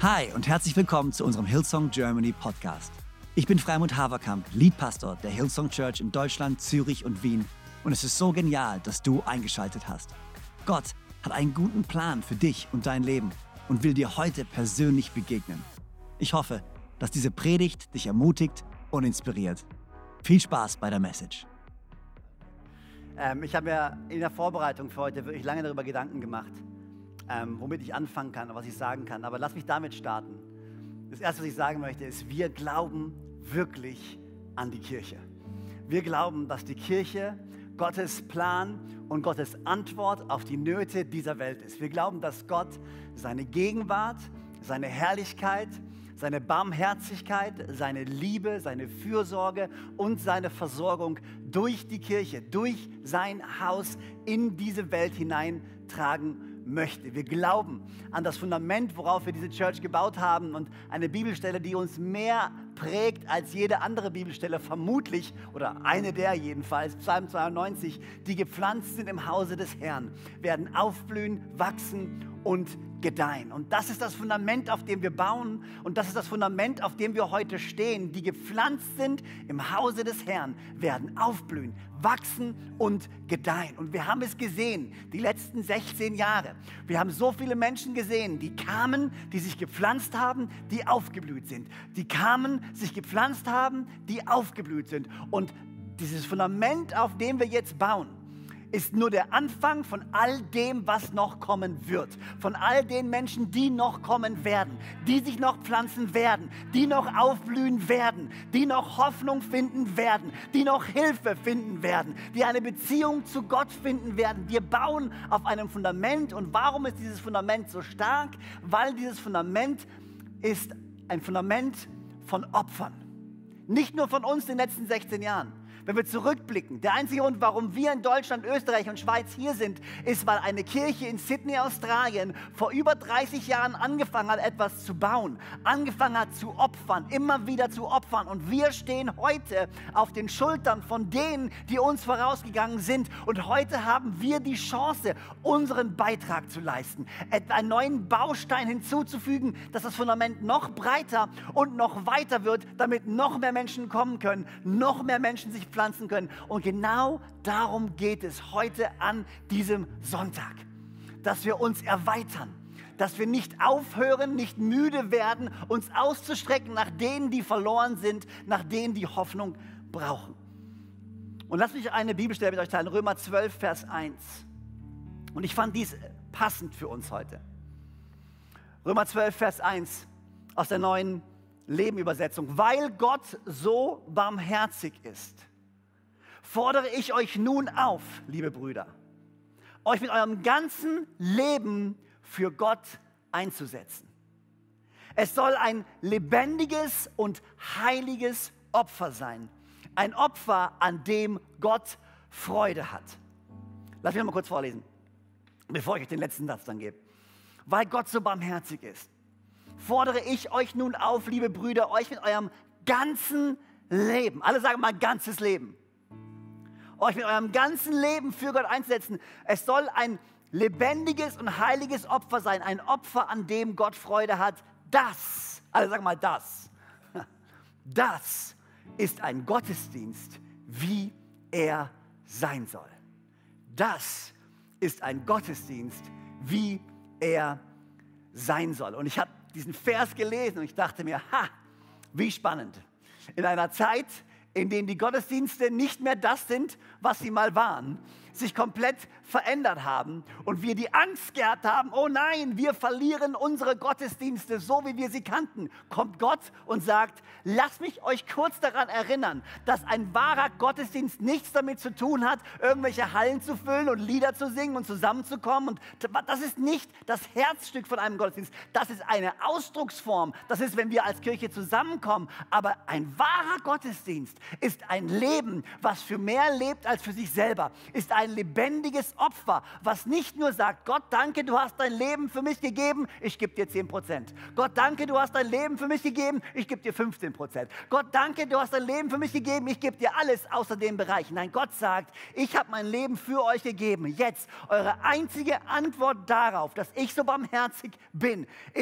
Hi und herzlich willkommen zu unserem Hillsong Germany Podcast. Ich bin Freimund Haverkamp, Leadpastor der Hillsong Church in Deutschland, Zürich und Wien. Und es ist so genial, dass du eingeschaltet hast. Gott hat einen guten Plan für dich und dein Leben und will dir heute persönlich begegnen. Ich hoffe, dass diese Predigt dich ermutigt und inspiriert. Viel Spaß bei der Message. Ich habe mir in der Vorbereitung für heute wirklich lange darüber Gedanken gemacht, womit ich anfangen kann und was ich sagen kann. Aber lass mich damit starten. Das Erste, was ich sagen möchte, ist, wir glauben wirklich an die Kirche. Wir glauben, dass die Kirche Gottes Plan und Gottes Antwort auf die Nöte dieser Welt ist. Wir glauben, dass Gott seine Gegenwart, seine Herrlichkeit, seine Barmherzigkeit, seine Liebe, seine Fürsorge und seine Versorgung durch die Kirche, durch sein Haus in diese Welt hineintragen möchte. Wir glauben an das Fundament, worauf wir diese Church gebaut haben, und eine Bibelstelle, die uns mehr prägt als jede andere Bibelstelle vermutlich, oder eine der jedenfalls, Psalm 92, die gepflanzt sind im Hause des Herrn, werden aufblühen, wachsen und gedeihen. Und das ist das Fundament, auf dem wir bauen, und das ist das Fundament, auf dem wir heute stehen. Die gepflanzt sind im Hause des Herrn, werden aufblühen, wachsen und gedeihen. Und wir haben es gesehen, die letzten 16 Jahre. Wir haben so viele Menschen gesehen, die kamen, die sich gepflanzt haben, die aufgeblüht sind. Die kamen, sich gepflanzt haben, die aufgeblüht sind. Und dieses Fundament, auf dem wir jetzt bauen, ist nur der Anfang von all dem, was noch kommen wird. Von all den Menschen, die noch kommen werden, die sich noch pflanzen werden, die noch aufblühen werden, die noch Hoffnung finden werden, die noch Hilfe finden werden, die eine Beziehung zu Gott finden werden. Wir bauen auf einem Fundament. Und warum ist dieses Fundament so stark? Weil dieses Fundament ist ein Fundament von Opfern. Nicht nur von uns in den letzten 16 Jahren. Wenn wir zurückblicken, der einzige Grund, warum wir in Deutschland, Österreich und Schweiz hier sind, ist, weil eine Kirche in Sydney, Australien, vor über 30 Jahren angefangen hat, etwas zu bauen, angefangen hat zu opfern, immer wieder zu opfern. Und wir stehen heute auf den Schultern von denen, die uns vorausgegangen sind. Und heute haben wir die Chance, unseren Beitrag zu leisten, einen neuen Baustein hinzuzufügen, dass das Fundament noch breiter und noch weiter wird, damit noch mehr Menschen kommen können, noch mehr Menschen sich pflanzen können. Und genau darum geht es heute an diesem Sonntag, dass wir uns erweitern, dass wir nicht aufhören, nicht müde werden, uns auszustrecken nach denen, die verloren sind, nach denen, die Hoffnung brauchen. Und lasst mich eine Bibelstelle mit euch teilen, Römer 12, Vers 1. Und ich fand dies passend für uns heute. Römer 12, Vers 1 aus der Neuen Leben-Übersetzung. Weil Gott so barmherzig ist, fordere ich euch nun auf, liebe Brüder, euch mit eurem ganzen Leben für Gott einzusetzen. Es soll ein lebendiges und heiliges Opfer sein. Ein Opfer, an dem Gott Freude hat. Lass mich noch mal kurz vorlesen, bevor ich euch den letzten Satz dann gebe. Weil Gott so barmherzig ist, fordere ich euch nun auf, liebe Brüder, euch mit eurem ganzen Leben, alle sagen mal ganzes Leben, euch mit eurem ganzen Leben für Gott einzusetzen. Es soll ein lebendiges und heiliges Opfer sein, ein Opfer, an dem Gott Freude hat. Das, alle sagen mal das ist ein Gottesdienst, wie er sein soll. Das ist ein Gottesdienst, wie er sein soll. Und ich habe diesen Vers gelesen und ich dachte mir, wie spannend. In einer Zeit, in denen die Gottesdienste nicht mehr das sind, was sie mal waren, sich komplett verändert haben und wir die Angst gehabt haben, oh nein, wir verlieren unsere Gottesdienste, so wie wir sie kannten, kommt Gott und sagt, lasst mich euch kurz daran erinnern, dass ein wahrer Gottesdienst nichts damit zu tun hat, irgendwelche Hallen zu füllen und Lieder zu singen und zusammenzukommen. Und das ist nicht das Herzstück von einem Gottesdienst, das ist eine Ausdrucksform, das ist, wenn wir als Kirche zusammenkommen. Aber ein wahrer Gottesdienst ist ein Leben, was für mehr lebt als für sich selber, ist ein lebendiges Opfer, was nicht nur sagt, Gott, danke, du hast dein Leben für mich gegeben, ich gebe dir 10%. Gott, danke, du hast dein Leben für mich gegeben, ich gebe dir 15%. Gott, danke, du hast dein Leben für mich gegeben, ich gebe dir alles außer dem Bereich. Nein, Gott sagt, ich habe mein Leben für euch gegeben. Jetzt, eure einzige Antwort darauf, dass ich so barmherzig bin, ist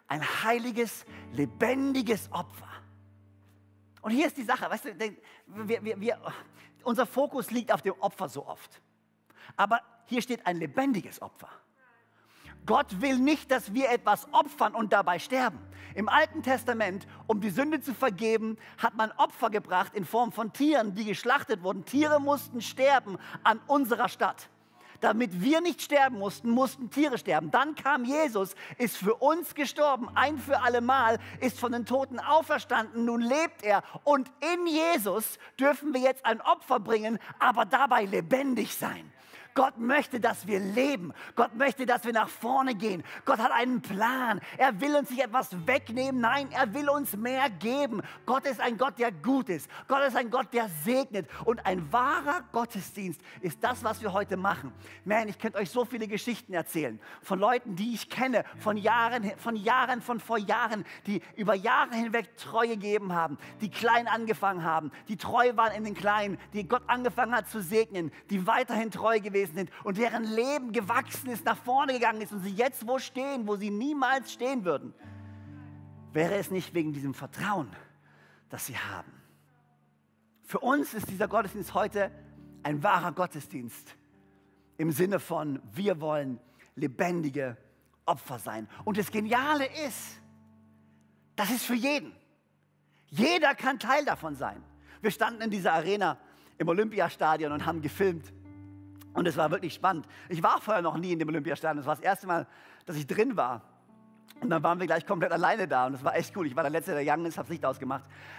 ein heiliges, lebendiges Opfer. Und hier ist die Sache, weißt du, unser Fokus liegt auf dem Opfer so oft. Aber hier steht ein lebendiges Opfer. Gott will nicht, dass wir etwas opfern und dabei sterben. Im Alten Testament, um die Sünde zu vergeben, hat man Opfer gebracht in Form von Tieren, die geschlachtet wurden. Tiere mussten sterben an unserer Stadt. Damit wir nicht sterben mussten, mussten Tiere sterben. Dann kam Jesus, ist für uns gestorben, ein für alle Mal, ist von den Toten auferstanden, nun lebt er. Und in Jesus dürfen wir jetzt ein Opfer bringen, aber dabei lebendig sein. Gott möchte, dass wir leben. Gott möchte, dass wir nach vorne gehen. Gott hat einen Plan. Er will uns nicht etwas wegnehmen. Nein, er will uns mehr geben. Gott ist ein Gott, der gut ist. Gott ist ein Gott, der segnet. Und ein wahrer Gottesdienst ist das, was wir heute machen. Man, ich könnte euch so viele Geschichten erzählen. Von Leuten, die ich kenne, von vor Jahren, die über Jahre hinweg Treue gegeben haben, die klein angefangen haben, die treu waren in den Kleinen, die Gott angefangen hat zu segnen, die weiterhin treu gewesen sind und deren Leben gewachsen ist, nach vorne gegangen ist und sie jetzt wo stehen, wo sie niemals stehen würden, wäre es nicht wegen diesem Vertrauen, das sie haben. Für uns ist dieser Gottesdienst heute ein wahrer Gottesdienst im Sinne von, wir wollen lebendige Opfer sein. Und das Geniale ist, das ist für jeden. Jeder kann Teil davon sein. Wir standen in dieser Arena im Olympiastadion und haben gefilmt. Und es war wirklich spannend. Ich war vorher noch nie in dem Olympiastadion. Das war das erste Mal, dass ich drin war. Und dann waren wir gleich komplett alleine da. Und das war echt cool. Ich war der Letzte, der gegangen ist, habe das Licht ausgemacht.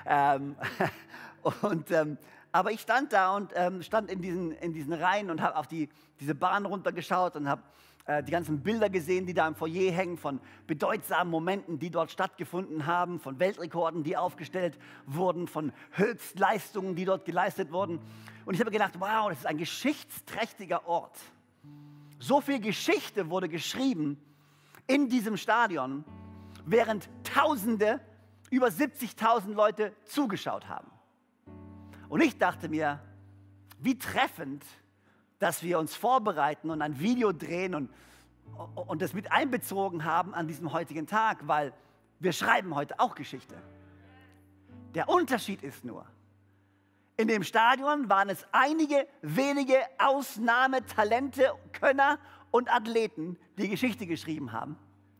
Aber ich stand da und stand in diesen Reihen und habe auf diese Bahn runtergeschaut und habe die ganzen Bilder gesehen, die da im Foyer hängen, von bedeutsamen Momenten, die dort stattgefunden haben, von Weltrekorden, die aufgestellt wurden, von Höchstleistungen, die dort geleistet wurden. Und ich habe gedacht, wow, das ist ein geschichtsträchtiger Ort. So viel Geschichte wurde geschrieben in diesem Stadion, während Tausende, über 70.000 Leute zugeschaut haben. Und ich dachte mir, wie treffend, dass wir uns vorbereiten und ein Video drehen und das mit einbezogen haben an diesem heutigen Tag, weil wir schreiben heute auch Geschichte. Der Unterschied ist nur, in dem Stadion waren es einige wenige Ausnahmetalente, Könner und Athleten, die Geschichte geschrieben haben,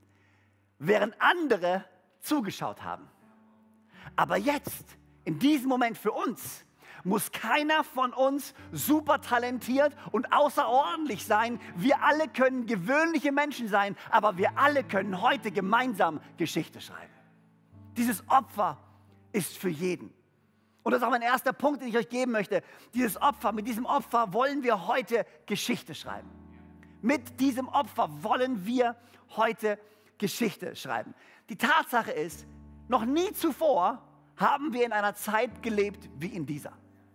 während andere zugeschaut haben. Aber jetzt, in diesem Moment für uns, muss keiner von uns super talentiert und außerordentlich sein. Wir alle können gewöhnliche Menschen sein, aber wir alle können heute gemeinsam Geschichte schreiben. Dieses Opfer ist für jeden. Und das ist auch mein erster Punkt, den ich euch geben möchte. Dieses Opfer, mit diesem Opfer wollen wir heute Geschichte schreiben. Mit diesem Opfer wollen wir heute Geschichte schreiben. Die Tatsache ist, noch nie zuvor haben wir in einer Zeit gelebt wie in dieser.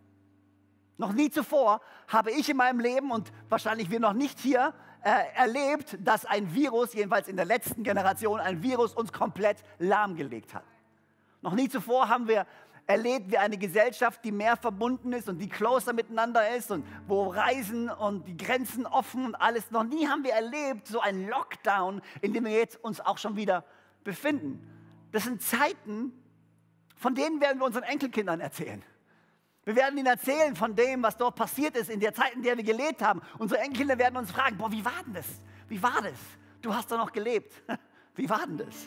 Noch nie zuvor habe ich in meinem Leben und wahrscheinlich wir noch nicht hier erlebt, dass ein Virus, jedenfalls in der letzten Generation, ein Virus uns komplett lahmgelegt hat. Noch nie zuvor haben wir erlebt, wie eine Gesellschaft, die mehr verbunden ist und die closer miteinander ist und wo Reisen und die Grenzen offen und alles. Noch nie haben wir erlebt, so ein Lockdown, in dem wir jetzt uns auch schon wieder befinden. Das sind Zeiten, von denen werden wir unseren Enkelkindern erzählen. Wir werden ihnen erzählen von dem, was dort passiert ist in der Zeit, in der wir gelebt haben. Unsere Enkelkinder werden uns fragen, boah, wie war denn das? Wie war das? Du hast doch noch gelebt. Wie war denn das?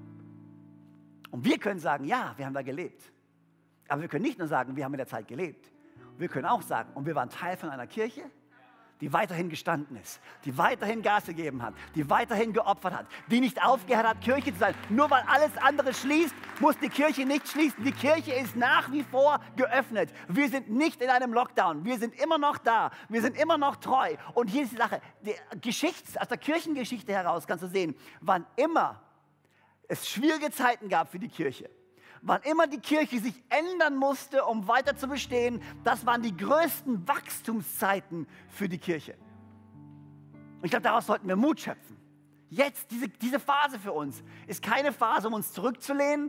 Und wir können sagen, ja, wir haben da gelebt. Aber wir können nicht nur sagen, wir haben in der Zeit gelebt. Wir können auch sagen, und wir waren Teil von einer Kirche, die weiterhin gestanden ist, die weiterhin Gas gegeben hat, die weiterhin geopfert hat, die nicht aufgehört hat, Kirche zu sein. Nur weil alles andere schließt, muss die Kirche nicht schließen. Die Kirche ist nach wie vor geöffnet. Wir sind nicht in einem Lockdown. Wir sind immer noch da. Wir sind immer noch treu. Und hier ist die Sache, aus der Kirchengeschichte heraus kannst du sehen, wann immer es schwierige Zeiten gab für die Kirche, wann immer die Kirche sich ändern musste, um weiter zu bestehen, das waren die größten Wachstumszeiten für die Kirche. Und ich glaube, daraus sollten wir Mut schöpfen. Jetzt, diese Phase für uns, ist keine Phase, um uns zurückzulehnen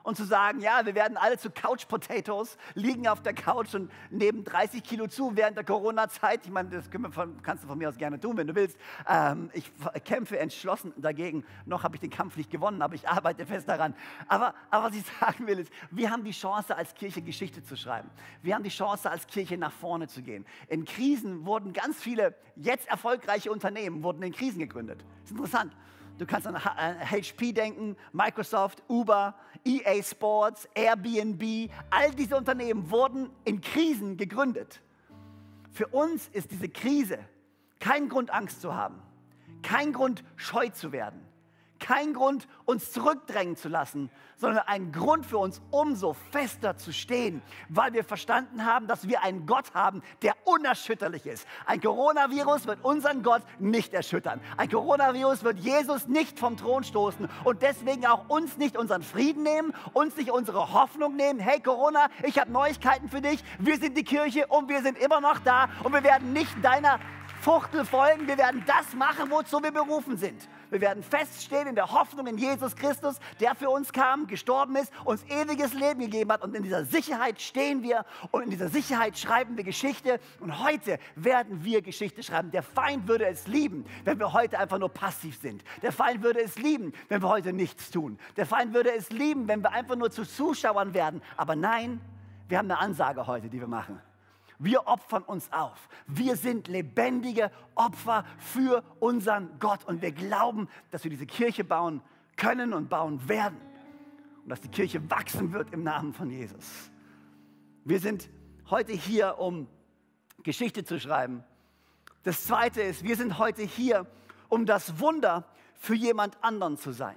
und zu sagen, ja, wir werden alle zu Couch Potatoes, liegen auf der Couch und nehmen 30 Kilo zu während der Corona-Zeit. Ich meine, das kannst du von mir aus gerne tun, wenn du willst. Ich kämpfe entschlossen dagegen. Noch habe ich den Kampf nicht gewonnen, aber ich arbeite fest daran. Aber was ich sagen will, ist, wir haben die Chance, als Kirche Geschichte zu schreiben. Wir haben die Chance, als Kirche nach vorne zu gehen. In Krisen wurden ganz viele jetzt erfolgreiche Unternehmen wurden in Krisen gegründet. Das ist interessant. Du kannst an HP denken, Microsoft, Uber, EA Sports, Airbnb. All diese Unternehmen wurden in Krisen gegründet. Für uns ist diese Krise kein Grund, Angst zu haben, kein Grund, scheu zu werden, kein Grund, uns zurückdrängen zu lassen, sondern ein Grund für uns, umso fester zu stehen, weil wir verstanden haben, dass wir einen Gott haben, der unerschütterlich ist. Ein Coronavirus wird unseren Gott nicht erschüttern. Ein Coronavirus wird Jesus nicht vom Thron stoßen und deswegen auch uns nicht unseren Frieden nehmen, uns nicht unsere Hoffnung nehmen. Hey Corona, ich habe Neuigkeiten für dich. Wir sind die Kirche und wir sind immer noch da und wir werden nicht deiner Fuchtel folgen. Wir werden das machen, wozu wir berufen sind. Wir werden feststehen in der Hoffnung in Jesus Christus, der für uns kam, gestorben ist, uns ewiges Leben gegeben hat. Und in dieser Sicherheit stehen wir und in dieser Sicherheit schreiben wir Geschichte. Und heute werden wir Geschichte schreiben. Der Feind würde es lieben, wenn wir heute einfach nur passiv sind. Der Feind würde es lieben, wenn wir heute nichts tun. Der Feind würde es lieben, wenn wir einfach nur zu Zuschauern werden. Aber nein, wir haben eine Ansage heute, die wir machen. Wir opfern uns auf. Wir sind lebendige Opfer für unseren Gott. Und wir glauben, dass wir diese Kirche bauen können und bauen werden. Und dass die Kirche wachsen wird im Namen von Jesus. Wir sind heute hier, um Geschichte zu schreiben. Das Zweite ist, wir sind heute hier, um das Wunder für jemand anderen zu sein.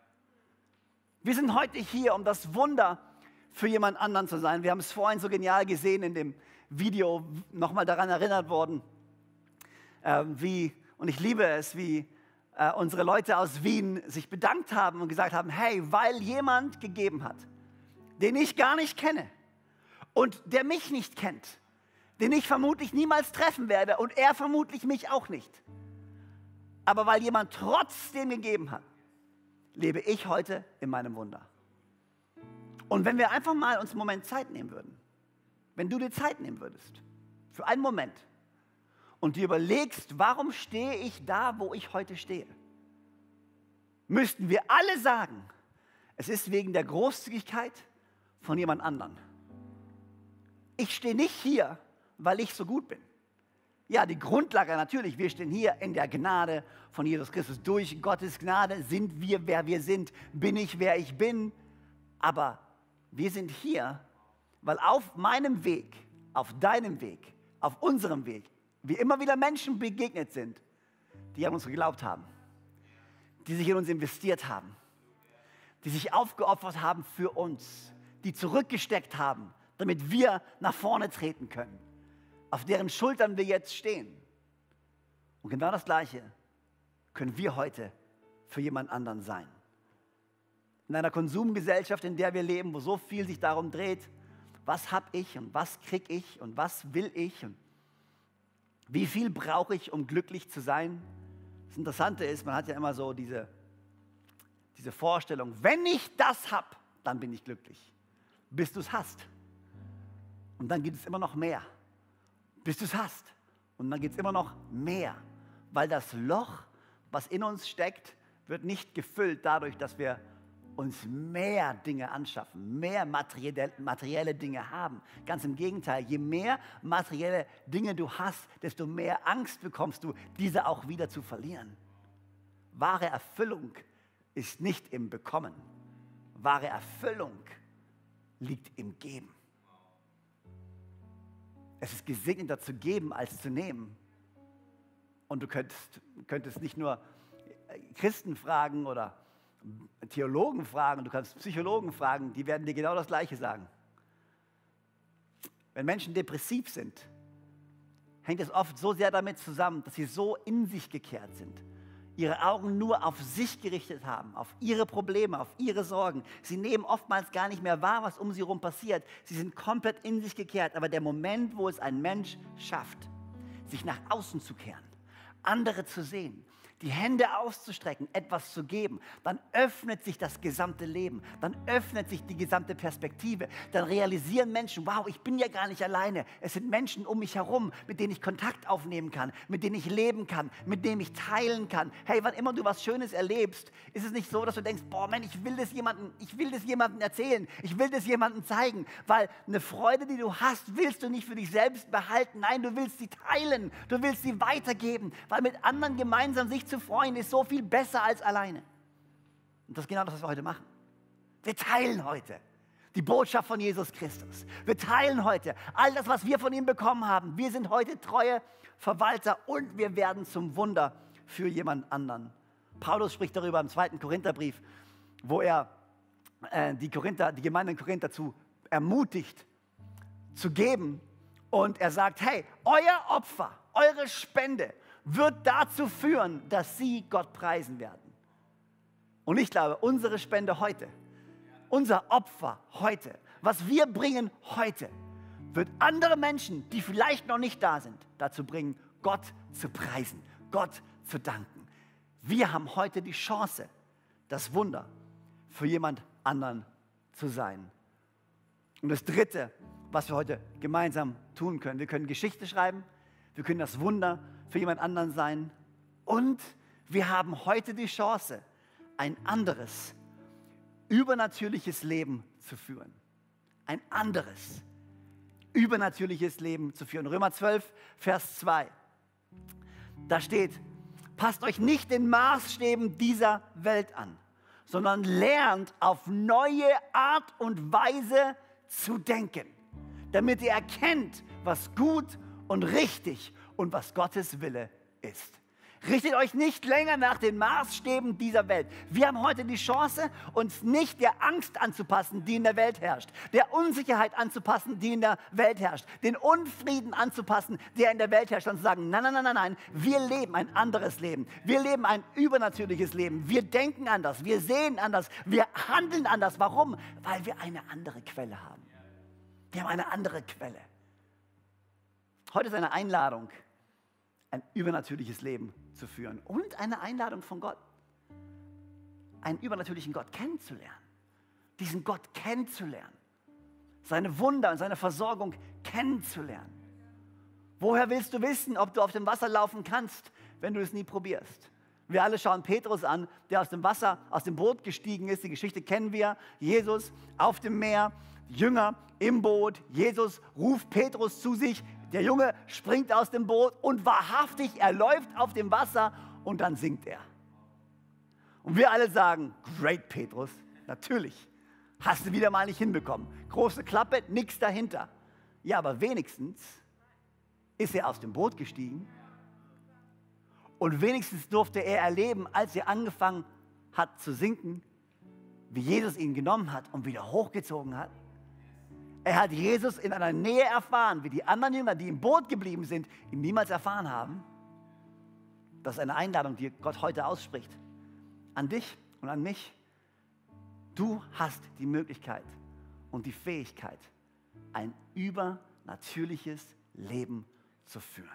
Wir sind heute hier, um das Wunder für jemand anderen zu sein. Wir haben es vorhin so genial gesehen in dem Video, nochmal daran erinnert worden, und ich liebe es, wie unsere Leute aus Wien sich bedankt haben und gesagt haben, hey, weil jemand gegeben hat, den ich gar nicht kenne und der mich nicht kennt, den ich vermutlich niemals treffen werde und er vermutlich mich auch nicht. Aber weil jemand trotzdem gegeben hat, lebe ich heute in meinem Wunder. Und wenn wir einfach mal uns einen Moment Zeit nehmen würden, wenn du dir Zeit nehmen würdest, für einen Moment, und dir überlegst, warum stehe ich da, wo ich heute stehe, müssten wir alle sagen, es ist wegen der Großzügigkeit von jemand anderem. Ich stehe nicht hier, weil ich so gut bin. Ja, die Grundlage natürlich, wir stehen hier in der Gnade von Jesus Christus. Durch Gottes Gnade sind wir, wer wir sind, bin ich, wer ich bin. Aber wir sind hier, weil auf meinem Weg, auf deinem Weg, auf unserem Weg, wir immer wieder Menschen begegnet sind, die an uns geglaubt haben, die sich in uns investiert haben, die sich aufgeopfert haben für uns, die zurückgesteckt haben, damit wir nach vorne treten können, auf deren Schultern wir jetzt stehen. Und genau das Gleiche können wir heute für jemand anderen sein. In einer Konsumgesellschaft, in der wir leben, wo so viel sich darum dreht, was habe ich und was kriege ich und was will ich und wie viel brauche ich, um glücklich zu sein? Das Interessante ist, man hat ja immer so diese Vorstellung, wenn ich das habe, dann bin ich glücklich. Bis du es hast. Und dann gibt es immer noch mehr. Bis du es hast. Und dann gibt es immer noch mehr. Weil das Loch, was in uns steckt, wird nicht gefüllt dadurch, dass wir uns mehr Dinge anschaffen, mehr materielle Dinge haben. Ganz im Gegenteil, je mehr materielle Dinge du hast, desto mehr Angst bekommst du, diese auch wieder zu verlieren. Wahre Erfüllung ist nicht im Bekommen. Wahre Erfüllung liegt im Geben. Es ist gesegneter zu geben, als zu nehmen. Und du könntest nicht nur Christen fragen oder Theologen fragen, du kannst Psychologen fragen, die werden dir genau das Gleiche sagen. Wenn Menschen depressiv sind, hängt es oft so sehr damit zusammen, dass sie so in sich gekehrt sind, ihre Augen nur auf sich gerichtet haben, auf ihre Probleme, auf ihre Sorgen. Sie nehmen oftmals gar nicht mehr wahr, was um sie herum passiert. Sie sind komplett in sich gekehrt. Aber der Moment, wo es ein Mensch schafft, sich nach außen zu kehren, andere zu sehen, die Hände auszustrecken, etwas zu geben, dann öffnet sich das gesamte Leben, dann öffnet sich die gesamte Perspektive, dann realisieren Menschen, wow, ich bin ja gar nicht alleine, es sind Menschen um mich herum, mit denen ich Kontakt aufnehmen kann, mit denen ich leben kann, mit denen ich teilen kann. Hey, wann immer du was Schönes erlebst, ist es nicht so, dass du denkst, boah, Mann, ich will das jemandem erzählen, ich will das jemandem zeigen, weil eine Freude, die du hast, willst du nicht für dich selbst behalten, nein, du willst sie teilen, du willst sie weitergeben, weil mit anderen gemeinsam sich zu freuen, ist so viel besser als alleine. Und das ist genau das, was wir heute machen. Wir teilen heute die Botschaft von Jesus Christus. Wir teilen heute all das, was wir von ihm bekommen haben. Wir sind heute treue Verwalter und wir werden zum Wunder für jemand anderen. Paulus spricht darüber im 2. Korintherbrief, wo er die Gemeinde in Korinth dazu ermutigt, zu geben. Und er sagt, hey, euer Opfer, eure Spende wird dazu führen, dass sie Gott preisen werden. Und ich glaube, unsere Spende heute, unser Opfer heute, was wir bringen heute, wird andere Menschen, die vielleicht noch nicht da sind, dazu bringen, Gott zu preisen, Gott zu danken. Wir haben heute die Chance, das Wunder für jemand anderen zu sein. Und das Dritte, was wir heute gemeinsam tun können, wir können Geschichte schreiben, wir können das Wunder für jemand anderen sein und wir haben heute die Chance, ein anderes, übernatürliches Leben zu führen. Ein anderes, übernatürliches Leben zu führen. Römer 12, Vers 2. Da steht, passt euch nicht den Maßstäben dieser Welt an, sondern lernt auf neue Art und Weise zu denken, damit ihr erkennt, was gut und richtig und was Gottes Wille ist. Richtet euch nicht länger nach den Maßstäben dieser Welt. Wir haben heute die Chance, uns nicht der Angst anzupassen, die in der Welt herrscht, der Unsicherheit anzupassen, die in der Welt herrscht, den Unfrieden anzupassen, der in der Welt herrscht, und zu sagen, nein, nein, nein, nein, nein, wir leben ein anderes Leben. Wir leben ein übernatürliches Leben. Wir denken anders, wir sehen anders, wir handeln anders. Warum? Weil wir eine andere Quelle haben. Wir haben eine andere Quelle. Heute ist eine Einladung, ein übernatürliches Leben zu führen und eine Einladung von Gott, einen übernatürlichen Gott kennenzulernen, diesen Gott kennenzulernen, seine Wunder und seine Versorgung kennenzulernen. Woher willst du wissen, ob du auf dem Wasser laufen kannst, wenn du es nie probierst? Wir alle schauen Petrus an, der aus dem Wasser, aus dem Boot gestiegen ist. Die Geschichte kennen wir. Jesus auf dem Meer, Jünger im Boot. Jesus ruft Petrus zu sich. Der Junge springt aus dem Boot und wahrhaftig, er läuft auf dem Wasser und dann sinkt er. Und wir alle sagen, great Petrus, natürlich, hast du wieder mal nicht hinbekommen. Große Klappe, nichts dahinter. Ja, aber wenigstens ist er aus dem Boot gestiegen und wenigstens durfte er erleben, als er angefangen hat zu sinken, wie Jesus ihn genommen hat und wieder hochgezogen hat. Er hat Jesus in einer Nähe erfahren, wie die anderen Jünger, die im Boot geblieben sind, ihn niemals erfahren haben. Das ist eine Einladung, die Gott heute ausspricht. An dich und an mich. Du hast die Möglichkeit und die Fähigkeit, ein übernatürliches Leben zu führen.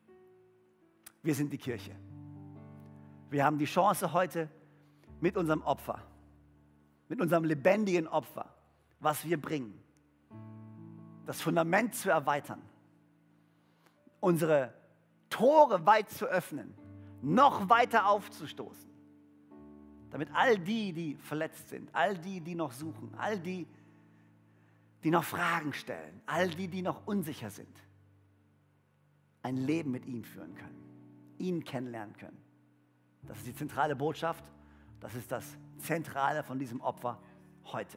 Wir sind die Kirche. Wir haben die Chance heute mit unserem Opfer, mit unserem lebendigen Opfer, was wir bringen, das Fundament zu erweitern, unsere Tore weit zu öffnen, noch weiter aufzustoßen, damit all die, die verletzt sind, all die, die noch suchen, all die, die noch Fragen stellen, all die, die noch unsicher sind, ein Leben mit ihm führen können, ihn kennenlernen können. Das ist die zentrale Botschaft, das ist das Zentrale von diesem Opfer heute.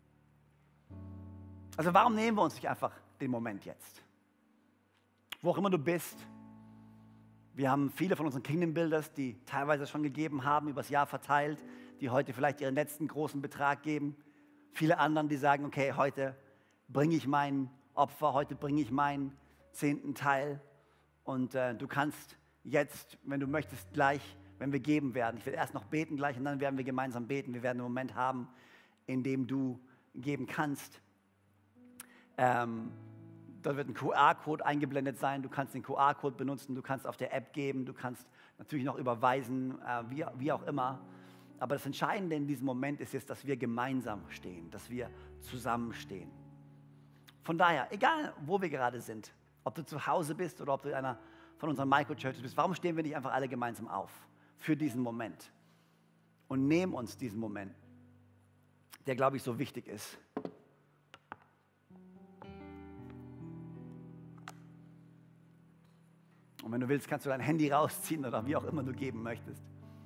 Also warum nehmen wir uns nicht einfach den Moment jetzt? Wo auch immer du bist. Wir haben viele von unseren Kingdom Builders, die teilweise schon gegeben haben, übers Jahr verteilt, die heute vielleicht ihren letzten großen Betrag geben. Viele anderen, die sagen, okay, heute bringe ich mein Opfer, heute bringe ich meinen 10. Teil. Und du kannst jetzt, wenn du möchtest, gleich, wenn wir geben werden. Ich werde erst noch beten gleich und dann werden wir gemeinsam beten. Wir werden einen Moment haben, in dem du geben kannst. Dort wird ein QR-Code eingeblendet sein. Du kannst den QR-Code benutzen, du kannst auf der App geben, du kannst natürlich noch überweisen, wie auch immer. Aber das Entscheidende in diesem Moment ist jetzt, dass wir gemeinsam stehen, dass wir zusammenstehen. Von daher, egal wo wir gerade sind, ob du zu Hause bist oder ob du in einer von unseren Microchurches bist, warum stehen wir nicht einfach alle gemeinsam auf für diesen Moment und nehmen uns diesen Moment, der, glaube ich, so wichtig ist. Und wenn du willst, kannst du dein Handy rausziehen oder wie auch immer du geben möchtest.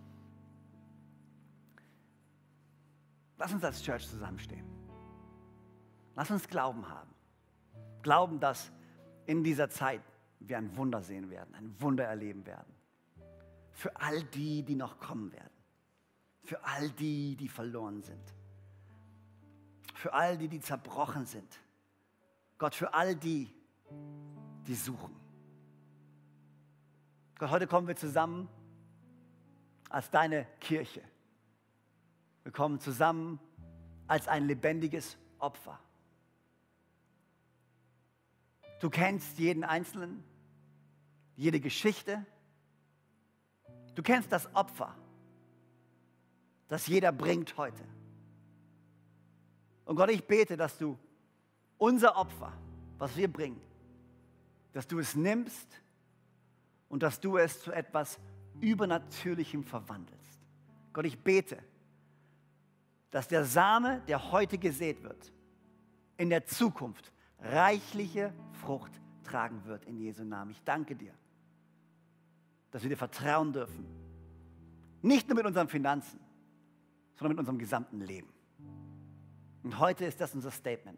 Lass uns als Church zusammenstehen. Lass uns Glauben haben. Glauben, dass in dieser Zeit wir ein Wunder sehen werden, ein Wunder erleben werden. Für all die, die noch kommen werden. Für all die, die verloren sind. Für all die, die zerbrochen sind. Gott, für all die, die suchen. Gott, heute kommen wir zusammen als deine Kirche. Wir kommen zusammen als ein lebendiges Opfer. Du kennst jeden Einzelnen, jede Geschichte. Du kennst das Opfer, das jeder bringt heute. Und Gott, ich bete, dass du unser Opfer, was wir bringen, dass du es nimmst und dass du es zu etwas Übernatürlichem verwandelst. Gott, ich bete, dass der Same, der heute gesät wird, in der Zukunft reichliche Frucht tragen wird in Jesu Namen. Ich danke dir, dass wir dir vertrauen dürfen. Nicht nur mit unseren Finanzen, sondern mit unserem gesamten Leben. Und heute ist das unser Statement.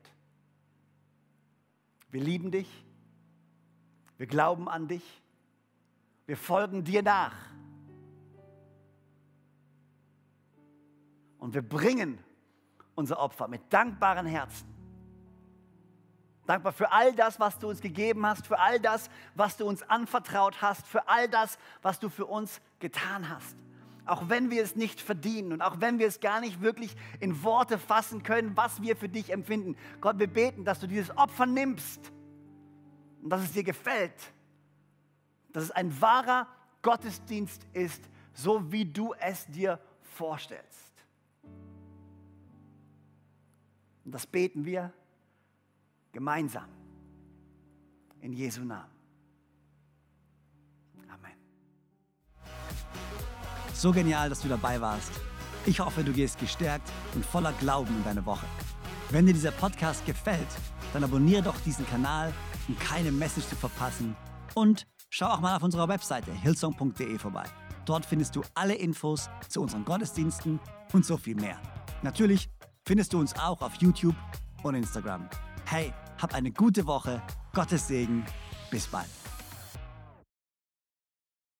Wir lieben dich, wir glauben an dich, wir folgen dir nach. Und wir bringen unser Opfer mit dankbaren Herzen. Dankbar für all das, was du uns gegeben hast, für all das, was du uns anvertraut hast, für all das, was du für uns getan hast. Auch wenn wir es nicht verdienen und auch wenn wir es gar nicht wirklich in Worte fassen können, was wir für dich empfinden. Gott, wir beten, dass du dieses Opfer nimmst und dass es dir gefällt. Dass es ein wahrer Gottesdienst ist, so wie du es dir vorstellst. Und das beten wir gemeinsam in Jesu Namen. Amen. So genial, dass du dabei warst. Ich hoffe, du gehst gestärkt und voller Glauben in deine Woche. Wenn dir dieser Podcast gefällt, dann abonniere doch diesen Kanal, um keine Message zu verpassen. Und schau auch mal auf unserer Webseite hillsong.de vorbei. Dort findest du alle Infos zu unseren Gottesdiensten und so viel mehr. Natürlich findest du uns auch auf YouTube und Instagram. Hey, hab eine gute Woche, Gottes Segen, bis bald.